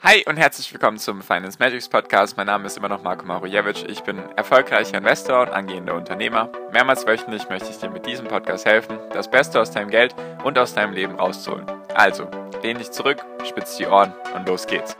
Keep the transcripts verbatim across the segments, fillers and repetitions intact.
Hi und herzlich willkommen zum Finance Magics Podcast. Mein Name ist immer noch Marko Marujewicz. Ich bin erfolgreicher Investor und angehender Unternehmer. Mehrmals wöchentlich möchte ich dir mit diesem Podcast helfen, das Beste aus deinem Geld und aus deinem Leben rauszuholen. Also, lehn dich zurück, spitz die Ohren und los geht's.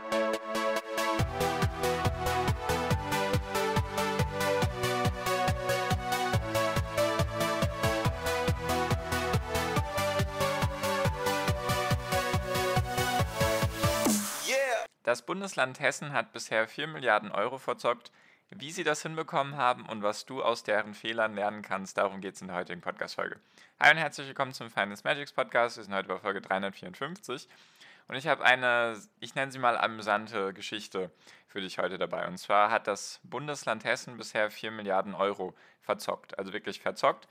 Das Bundesland Hessen hat bisher vier Milliarden Euro verzockt. Wie sie das hinbekommen haben und was du aus deren Fehlern lernen kannst, darum geht es in der heutigen Podcast-Folge. Hi und herzlich willkommen zum Finance Magics Podcast. Wir sind heute bei Folge dreihundertvierundfünfzig und ich habe eine, ich nenne sie mal amüsante Geschichte für dich heute dabei. Und zwar hat das Bundesland Hessen bisher vier Milliarden Euro verzockt, also wirklich verzockt.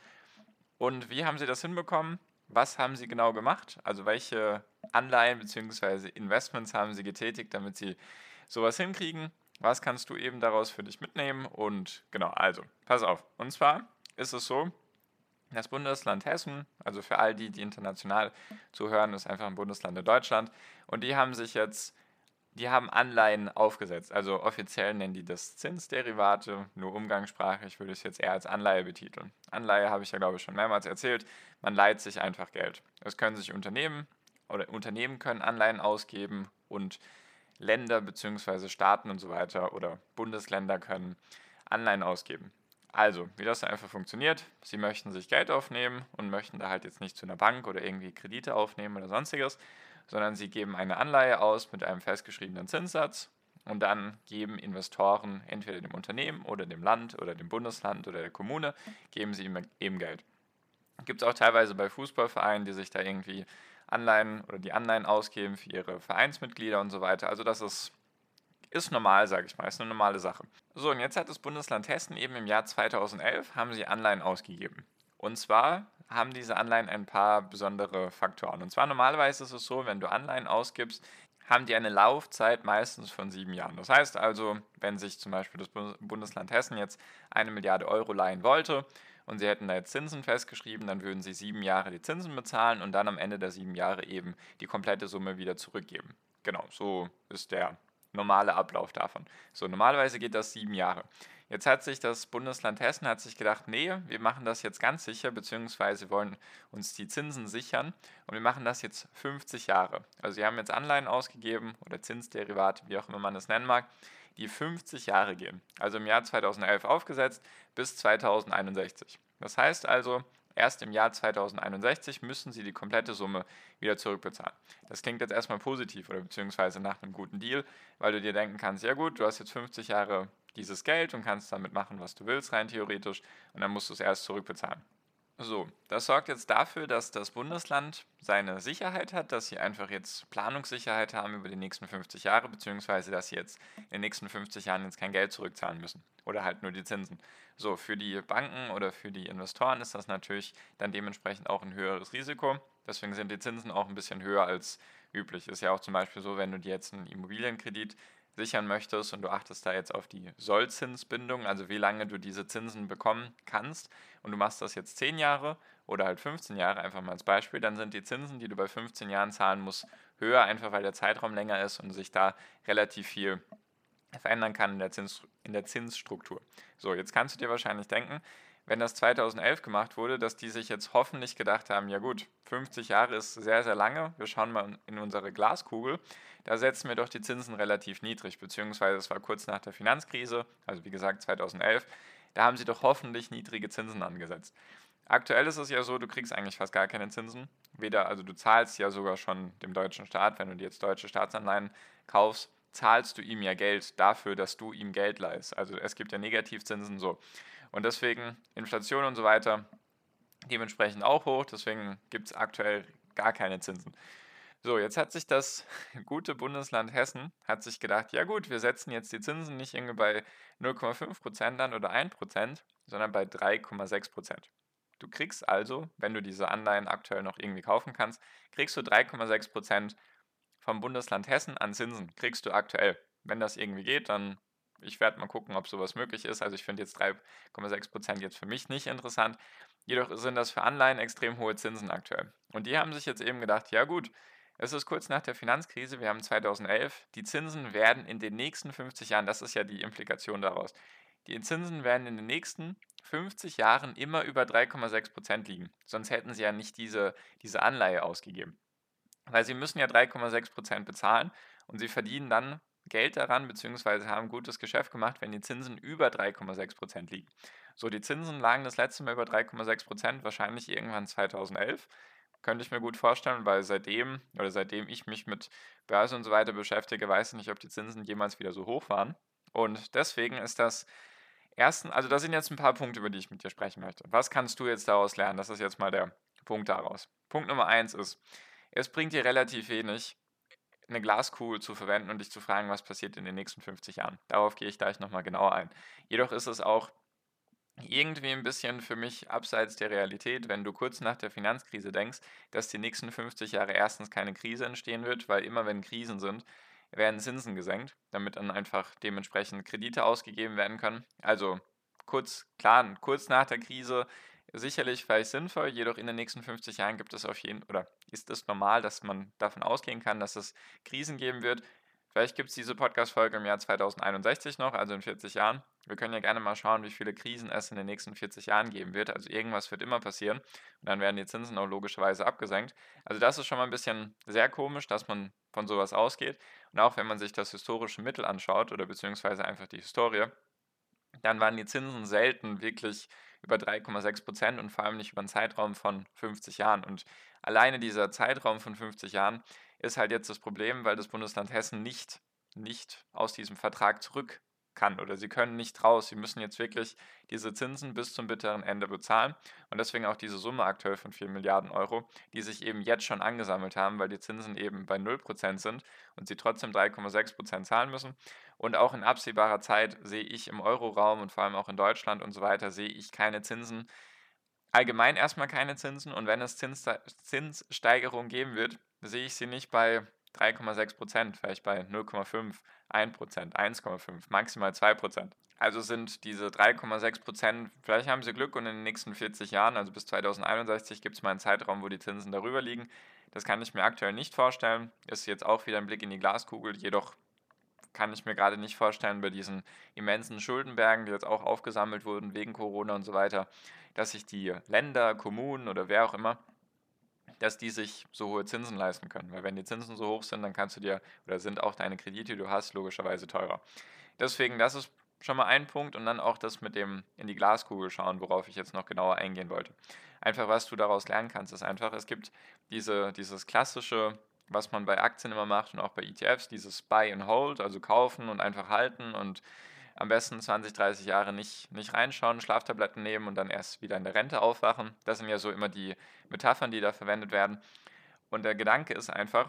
Und wie haben sie das hinbekommen? Was haben sie genau gemacht? Also welche Anleihen bzw. Investments haben sie getätigt, damit sie sowas hinkriegen? Was kannst du eben daraus für dich mitnehmen? Und genau, also, pass auf. Und zwar ist es so, das Bundesland Hessen, also für all die, die international zuhören, ist einfach ein Bundesland in Deutschland. Und die haben sich jetzt, die haben Anleihen aufgesetzt. Also offiziell nennen die das Zinsderivate, nur umgangssprachlich würde ich es jetzt eher als Anleihe betiteln. Anleihe habe ich ja, glaube ich, schon mehrmals erzählt. Man leiht sich einfach Geld. Es können sich Unternehmen oder Unternehmen können Anleihen ausgeben und Länder bzw. Staaten und so weiter oder Bundesländer können Anleihen ausgeben. Also, wie das einfach funktioniert, sie möchten sich Geld aufnehmen und möchten da halt jetzt nicht zu einer Bank oder irgendwie Kredite aufnehmen oder sonstiges, sondern sie geben eine Anleihe aus mit einem festgeschriebenen Zinssatz und dann geben Investoren entweder dem Unternehmen oder dem Land oder dem Bundesland oder der Kommune, geben sie ihm eben Geld. Gibt es auch teilweise bei Fußballvereinen, die sich da irgendwie Anleihen oder die Anleihen ausgeben für ihre Vereinsmitglieder und so weiter. Also das ist, ist normal, sage ich mal, ist eine normale Sache. So, und jetzt hat das Bundesland Hessen eben im Jahr zweitausendelf haben sie Anleihen ausgegeben. Und zwar haben diese Anleihen ein paar besondere Faktoren. Und zwar normalerweise ist es so, wenn du Anleihen ausgibst, haben die eine Laufzeit meistens von sieben Jahren. Das heißt also, wenn sich zum Beispiel das Bundesland Hessen jetzt eine Milliarde Euro leihen wollte und sie hätten da jetzt Zinsen festgeschrieben, dann würden sie sieben Jahre die Zinsen bezahlen und dann am Ende der sieben Jahre eben die komplette Summe wieder zurückgeben. Genau, so ist der normale Ablauf davon. So, normalerweise geht das sieben Jahre. Jetzt hat sich das Bundesland Hessen hat sich gedacht, nee, wir machen das jetzt ganz sicher, beziehungsweise wollen uns die Zinsen sichern und wir machen das jetzt fünfzig Jahre. Also sie haben jetzt Anleihen ausgegeben oder Zinsderivate, wie auch immer man es nennen mag, die fünfzig Jahre gehen. Also im Jahr zweitausendelf aufgesetzt bis zweitausendeinundsechzig. Das heißt also, erst im Jahr zweitausendeinundsechzig müssen sie die komplette Summe wieder zurückbezahlen. Das klingt jetzt erstmal positiv oder beziehungsweise nach einem guten Deal, weil du dir denken kannst, ja gut, du hast jetzt fünfzig Jahre dieses Geld und kannst damit machen, was du willst, rein theoretisch, und dann musst du es erst zurückbezahlen. So, das sorgt jetzt dafür, dass das Bundesland seine Sicherheit hat, dass sie einfach jetzt Planungssicherheit haben über die nächsten fünfzig Jahre, beziehungsweise dass sie jetzt in den nächsten fünfzig Jahren jetzt kein Geld zurückzahlen müssen oder halt nur die Zinsen. So, für die Banken oder für die Investoren ist das natürlich dann dementsprechend auch ein höheres Risiko. Deswegen sind die Zinsen auch ein bisschen höher als üblich. Ist ja auch zum Beispiel so, wenn du dir jetzt einen Immobilienkredit sichern möchtest und du achtest da jetzt auf die Sollzinsbindung, also wie lange du diese Zinsen bekommen kannst und du machst das jetzt zehn Jahre oder halt fünfzehn Jahre, einfach mal als Beispiel, dann sind die Zinsen, die du bei fünfzehn Jahren zahlen musst, höher, einfach weil der Zeitraum länger ist und sich da relativ viel verändern kann in der, Zins, in der Zinsstruktur. So, jetzt kannst du dir wahrscheinlich denken, wenn das zweitausendelf gemacht wurde, dass die sich jetzt hoffentlich gedacht haben, ja gut, fünfzig Jahre ist sehr, sehr lange, wir schauen mal in unsere Glaskugel, da setzen wir doch die Zinsen relativ niedrig, beziehungsweise es war kurz nach der Finanzkrise, also wie gesagt zweitausendelf, da haben sie doch hoffentlich niedrige Zinsen angesetzt. Aktuell ist es ja so, du kriegst eigentlich fast gar keine Zinsen, weder, also du zahlst ja sogar schon dem deutschen Staat, wenn du dir jetzt deutsche Staatsanleihen kaufst, zahlst du ihm ja Geld dafür, dass du ihm Geld leihst. Also es gibt ja Negativzinsen so. Und deswegen Inflation und so weiter dementsprechend auch hoch, deswegen gibt es aktuell gar keine Zinsen. So, jetzt hat sich das gute Bundesland Hessen hat sich gedacht, ja gut, wir setzen jetzt die Zinsen nicht irgendwie bei null Komma fünf Prozent an oder ein Prozent, sondern bei drei Komma sechs Prozent. Du kriegst also, wenn du diese Anleihen aktuell noch irgendwie kaufen kannst, kriegst du drei Komma sechs Prozent vom Bundesland Hessen an Zinsen, kriegst du aktuell. Wenn das irgendwie geht, dann, ich werde mal gucken, ob sowas möglich ist. Also ich finde jetzt drei Komma sechs Prozent jetzt für mich nicht interessant. Jedoch sind das für Anleihen extrem hohe Zinsen aktuell. Und die haben sich jetzt eben gedacht, ja gut, Es ist kurz nach der Finanzkrise, wir haben zweitausendelf. Die Zinsen werden in den nächsten fünfzig Jahren, das ist ja die Implikation daraus, die Zinsen werden in den nächsten fünfzig Jahren immer über drei Komma sechs Prozent liegen. Sonst hätten sie ja nicht diese, diese Anleihe ausgegeben. Weil sie müssen ja drei Komma sechs Prozent bezahlen und sie verdienen dann Geld daran, beziehungsweise haben gutes Geschäft gemacht, wenn die Zinsen über drei Komma sechs Prozent liegen. So, die Zinsen lagen das letzte Mal über drei Komma sechs Prozent, wahrscheinlich irgendwann zweitausendelf. Könnte ich mir gut vorstellen, weil seitdem oder seitdem ich mich mit Börse und so weiter beschäftige, weiß ich nicht, ob die Zinsen jemals wieder so hoch waren. Und deswegen ist das ersten, also das sind jetzt ein paar Punkte, über die ich mit dir sprechen möchte. Was kannst du jetzt daraus lernen? Das ist jetzt mal der Punkt daraus. Punkt Nummer eins ist, es bringt dir relativ wenig, eine Glaskugel zu verwenden und dich zu fragen, was passiert in den nächsten fünfzig Jahren. Darauf gehe ich gleich nochmal genauer ein. Jedoch ist es auch irgendwie ein bisschen für mich abseits der Realität, wenn du kurz nach der Finanzkrise denkst, dass die nächsten fünfzig Jahre erstens keine Krise entstehen wird, weil immer wenn Krisen sind, werden Zinsen gesenkt, damit dann einfach dementsprechend Kredite ausgegeben werden können. Also kurz, klar, kurz nach der Krise sicherlich vielleicht sinnvoll, jedoch in den nächsten fünfzig Jahren gibt es auf jeden, oder ist es normal, dass man davon ausgehen kann, dass es Krisen geben wird. Vielleicht gibt es diese Podcast-Folge im Jahr zweitausendeinundsechzig noch, also in vierzig Jahren. Wir können ja gerne mal schauen, wie viele Krisen es in den nächsten vierzig Jahren geben wird. Also irgendwas wird immer passieren und dann werden die Zinsen auch logischerweise abgesenkt. Also das ist schon mal ein bisschen sehr komisch, dass man von sowas ausgeht. Und auch wenn man sich das historische Mittel anschaut oder beziehungsweise einfach die Historie, dann waren die Zinsen selten wirklich über drei Komma sechs Prozent und vor allem nicht über einen Zeitraum von fünfzig Jahren. Und alleine dieser Zeitraum von fünfzig Jahren ist halt jetzt das Problem, weil das Bundesland Hessen nicht, nicht aus diesem Vertrag zurück kann oder sie können nicht raus. Sie müssen jetzt wirklich diese Zinsen bis zum bitteren Ende bezahlen und deswegen auch diese Summe aktuell von vier Milliarden Euro, die sich eben jetzt schon angesammelt haben, weil die Zinsen eben bei null Prozent sind und sie trotzdem drei Komma sechs Prozent zahlen müssen. Und auch in absehbarer Zeit sehe ich im Euroraum und vor allem auch in Deutschland und so weiter, sehe ich keine Zinsen. Allgemein erstmal keine Zinsen und wenn es Zinsste Zinssteigerungen geben wird, sehe ich sie nicht bei drei Komma sechs Prozent, vielleicht bei null Komma fünf, ein Prozent, eins Komma fünf, maximal zwei Prozent. Also sind diese drei Komma sechs Prozent, vielleicht haben sie Glück und in den nächsten vierzig Jahren, also bis zweitausendeinundsechzig, gibt es mal einen Zeitraum, wo die Zinsen darüber liegen. Das kann ich mir aktuell nicht vorstellen. Ist jetzt auch wieder ein Blick in die Glaskugel, jedoch kann ich mir gerade nicht vorstellen, bei diesen immensen Schuldenbergen, die jetzt auch aufgesammelt wurden wegen Corona und so weiter, dass sich die Länder, Kommunen oder wer auch immer, dass die sich so hohe Zinsen leisten können. Weil wenn die Zinsen so hoch sind, dann kannst du dir, oder sind auch deine Kredite, die du hast, logischerweise teurer. Deswegen, das ist schon mal ein Punkt und dann auch das mit dem in die Glaskugel schauen, worauf ich jetzt noch genauer eingehen wollte. Einfach, was du daraus lernen kannst, ist einfach, es gibt diese, dieses klassische, was man bei Aktien immer macht und auch bei E T Fs, dieses Buy and Hold, also kaufen und einfach halten und am besten zwanzig, dreißig Jahre nicht, nicht reinschauen, Schlaftabletten nehmen und dann erst wieder in der Rente aufwachen. Das sind ja so immer die Metaphern, die da verwendet werden. Und der Gedanke ist einfach,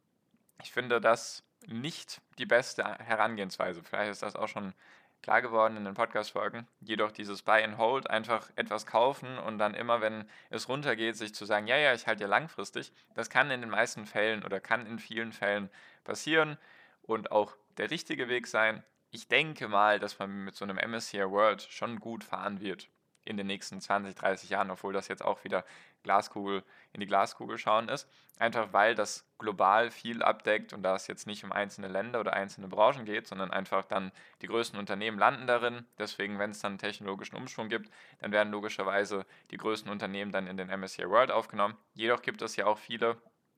ich finde das nicht die beste Herangehensweise. Vielleicht ist das auch schon klar geworden in den Podcast-Folgen. Jedoch dieses Buy and Hold, einfach etwas kaufen und dann immer, wenn es runtergeht, sich zu sagen, ja, ja, ich halte ja langfristig, das kann in den meisten Fällen oder kann in vielen Fällen passieren und auch der richtige Weg sein. Ich denke mal, dass man mit so einem M S C I World schon gut fahren wird in den nächsten zwanzig, dreißig Jahren, obwohl das jetzt auch wieder Glaskugel in die Glaskugel schauen ist. Einfach weil das global viel abdeckt und da es jetzt nicht um einzelne Länder oder einzelne Branchen geht, sondern einfach dann die größten Unternehmen landen darin. Deswegen, wenn es dann einen technologischen Umschwung gibt, dann werden logischerweise die größten Unternehmen dann in den M S C I World aufgenommen. Jedoch gibt es ja auch viele,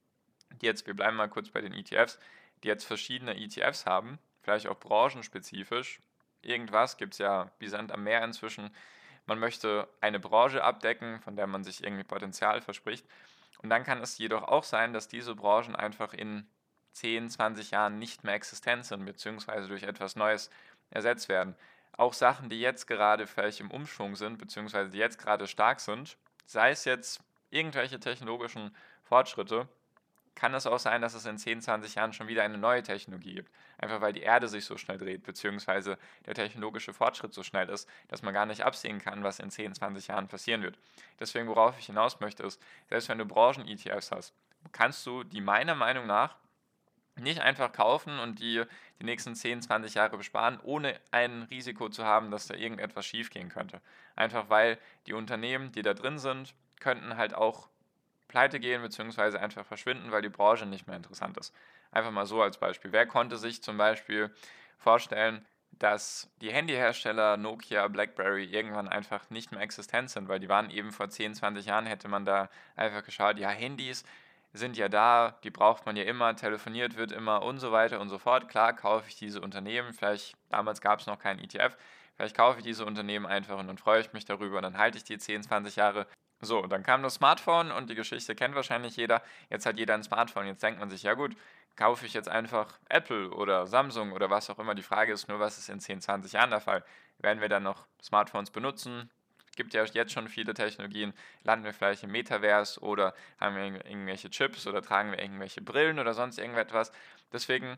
die jetzt, wir bleiben mal kurz bei den E T Fs, die jetzt verschiedene E T Fs haben, vielleicht auch branchenspezifisch. Irgendwas gibt es ja wie Sand am Meer inzwischen. Man möchte eine Branche abdecken, von der man sich irgendwie Potenzial verspricht. Und dann kann es jedoch auch sein, dass diese Branchen einfach in zehn, zwanzig Jahren nicht mehr existent sind, beziehungsweise durch etwas Neues ersetzt werden. Auch Sachen, die jetzt gerade vielleicht im Umschwung sind, beziehungsweise die jetzt gerade stark sind, sei es jetzt irgendwelche technologischen Fortschritte, kann es auch sein, dass es in zehn, zwanzig Jahren schon wieder eine neue Technologie gibt. Einfach weil die Erde sich so schnell dreht, beziehungsweise der technologische Fortschritt so schnell ist, dass man gar nicht absehen kann, was in zehn, zwanzig Jahren passieren wird. Deswegen, worauf ich hinaus möchte, ist, selbst wenn du Branchen-E T Fs hast, kannst du die meiner Meinung nach nicht einfach kaufen und die die nächsten zehn, zwanzig Jahre besparen, ohne ein Risiko zu haben, dass da irgendetwas schiefgehen könnte. Einfach weil die Unternehmen, die da drin sind, könnten halt auch pleite gehen bzw. einfach verschwinden, weil die Branche nicht mehr interessant ist. Einfach mal so als Beispiel. Wer konnte sich zum Beispiel vorstellen, dass die Handyhersteller Nokia, BlackBerry irgendwann einfach nicht mehr existent sind, weil die waren eben vor zehn, zwanzig Jahren, hätte man da einfach geschaut, ja, Handys sind ja da, die braucht man ja immer, telefoniert wird immer und so weiter und so fort. Klar kaufe ich diese Unternehmen, vielleicht, damals gab es noch keinen E T F, vielleicht kaufe ich diese Unternehmen einfach und dann freue ich mich darüber und dann halte ich die zehn, zwanzig Jahre. So, dann kam das Smartphone und die Geschichte kennt wahrscheinlich jeder. Jetzt hat jeder ein Smartphone. Jetzt denkt man sich, ja gut, kaufe ich jetzt einfach Apple oder Samsung oder was auch immer. Die Frage ist nur, was ist in zehn, zwanzig Jahren der Fall? Werden wir dann noch Smartphones benutzen? Es gibt ja jetzt schon viele Technologien. Landen wir vielleicht im Metaverse oder haben wir irgendwelche Chips oder tragen wir irgendwelche Brillen oder sonst irgendetwas? Deswegen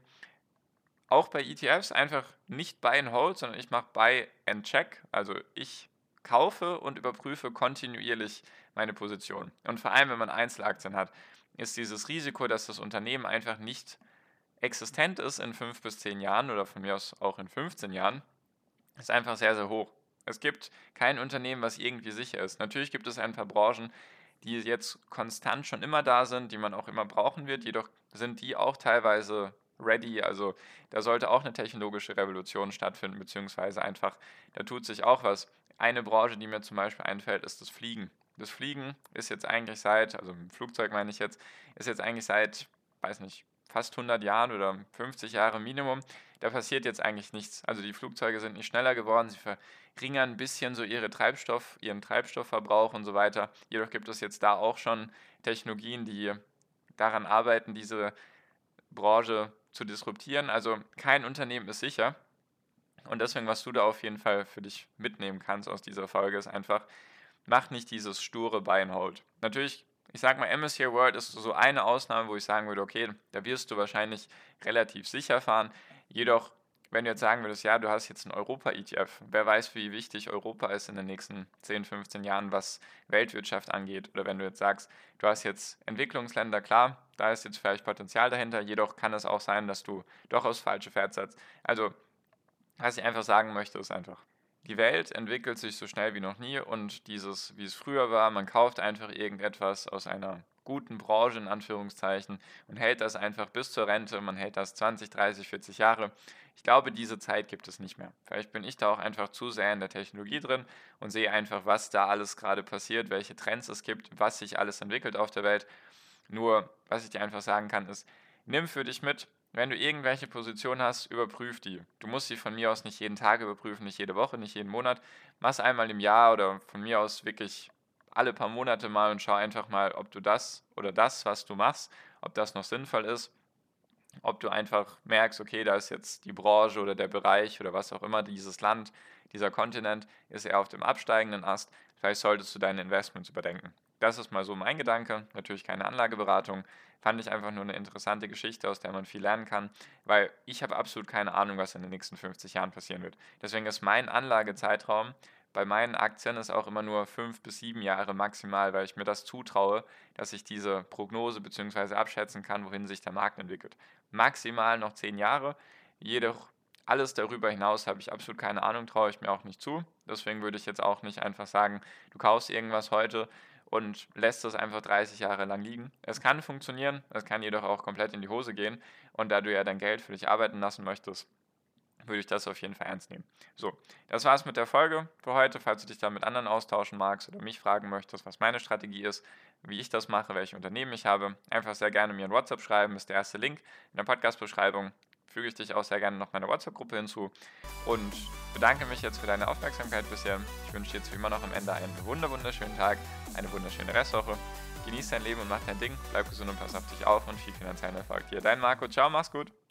auch bei E T Fs einfach nicht Buy and Hold, sondern ich mache Buy and Check. Also ich kaufe und überprüfe kontinuierlich meine Position. Und vor allem, wenn man Einzelaktien hat, ist dieses Risiko, dass das Unternehmen einfach nicht existent ist in fünf bis zehn Jahren oder von mir aus auch in fünfzehn Jahren, ist einfach sehr, sehr hoch. Es gibt kein Unternehmen, was irgendwie sicher ist. Natürlich gibt es ein paar Branchen, die jetzt konstant schon immer da sind, die man auch immer brauchen wird, jedoch sind die auch teilweise ready, also da sollte auch eine technologische Revolution stattfinden, beziehungsweise einfach, da tut sich auch was. Eine Branche, die mir zum Beispiel einfällt, ist das Fliegen. Das Fliegen ist jetzt eigentlich seit, also im Flugzeug meine ich jetzt, ist jetzt eigentlich seit, weiß nicht, fast hundert Jahren oder fünfzig Jahre Minimum. Da passiert jetzt eigentlich nichts. Also die Flugzeuge sind nicht schneller geworden, sie verringern ein bisschen so ihre Treibstoff, ihren Treibstoffverbrauch und so weiter. Jedoch gibt es jetzt da auch schon Technologien, die daran arbeiten, diese Branche zu disruptieren. Also kein Unternehmen ist sicher. Und deswegen, was du da auf jeden Fall für dich mitnehmen kannst aus dieser Folge, ist einfach, mach nicht dieses sture Buy and Hold. Natürlich, ich sag mal, M S C I World ist so eine Ausnahme, wo ich sagen würde, okay, da wirst du wahrscheinlich relativ sicher fahren. Jedoch, wenn du jetzt sagen würdest, ja, du hast jetzt einen Europa-E T F, wer weiß, wie wichtig Europa ist in den nächsten zehn, fünfzehn Jahren, was Weltwirtschaft angeht. Oder wenn du jetzt sagst, du hast jetzt Entwicklungsländer, klar, da ist jetzt vielleicht Potenzial dahinter, jedoch kann es auch sein, dass du doch aufs falsche Pferd setzt. Also, was ich einfach sagen möchte, ist einfach, die Welt entwickelt sich so schnell wie noch nie und dieses, wie es früher war, man kauft einfach irgendetwas aus einer guten Branche in Anführungszeichen und hält das einfach bis zur Rente, man hält das zwanzig, dreißig, vierzig Jahre. Ich glaube, diese Zeit gibt es nicht mehr. Vielleicht bin ich da auch einfach zu sehr in der Technologie drin und sehe einfach, was da alles gerade passiert, welche Trends es gibt, was sich alles entwickelt auf der Welt. Nur, was ich dir einfach sagen kann, ist, nimm für dich mit, wenn du irgendwelche Positionen hast, überprüf die. Du musst sie von mir aus nicht jeden Tag überprüfen, nicht jede Woche, nicht jeden Monat. Mach's einmal im Jahr oder von mir aus wirklich alle paar Monate mal und schau einfach mal, ob du das oder das, was du machst, ob das noch sinnvoll ist. Ob du einfach merkst, okay, da ist jetzt die Branche oder der Bereich oder was auch immer, dieses Land, dieser Kontinent ist eher auf dem absteigenden Ast. Vielleicht solltest du deine Investments überdenken. Das ist mal so mein Gedanke. Natürlich keine Anlageberatung. Fand ich einfach nur eine interessante Geschichte, aus der man viel lernen kann, weil ich habe absolut keine Ahnung, was in den nächsten fünfzig Jahren passieren wird. Deswegen ist mein Anlagezeitraum bei meinen Aktien ist auch immer nur fünf bis sieben Jahre maximal, weil ich mir das zutraue, dass ich diese Prognose bzw. abschätzen kann, wohin sich der Markt entwickelt. Maximal noch zehn Jahre, jedoch alles darüber hinaus habe ich absolut keine Ahnung, traue ich mir auch nicht zu. Deswegen würde ich jetzt auch nicht einfach sagen, du kaufst irgendwas heute und lässt es einfach dreißig Jahre lang liegen. Es kann funktionieren, es kann jedoch auch komplett in die Hose gehen und da du ja dein Geld für dich arbeiten lassen möchtest, würde ich das auf jeden Fall ernst nehmen. So, das war's mit der Folge für heute. Falls du dich da mit anderen austauschen magst oder mich fragen möchtest, was meine Strategie ist, wie ich das mache, welche Unternehmen ich habe, einfach sehr gerne mir ein WhatsApp schreiben, ist der erste Link in der Podcast-Beschreibung. Füge ich dich auch sehr gerne noch meiner WhatsApp-Gruppe hinzu und bedanke mich jetzt für deine Aufmerksamkeit bisher. Ich wünsche dir jetzt wie immer noch am Ende einen wunderschönen Tag, eine wunderschöne Restwoche. Genieß dein Leben und mach dein Ding, bleib gesund und pass auf dich auf und viel finanziellen Erfolg dir. Dein Marco, ciao, mach's gut.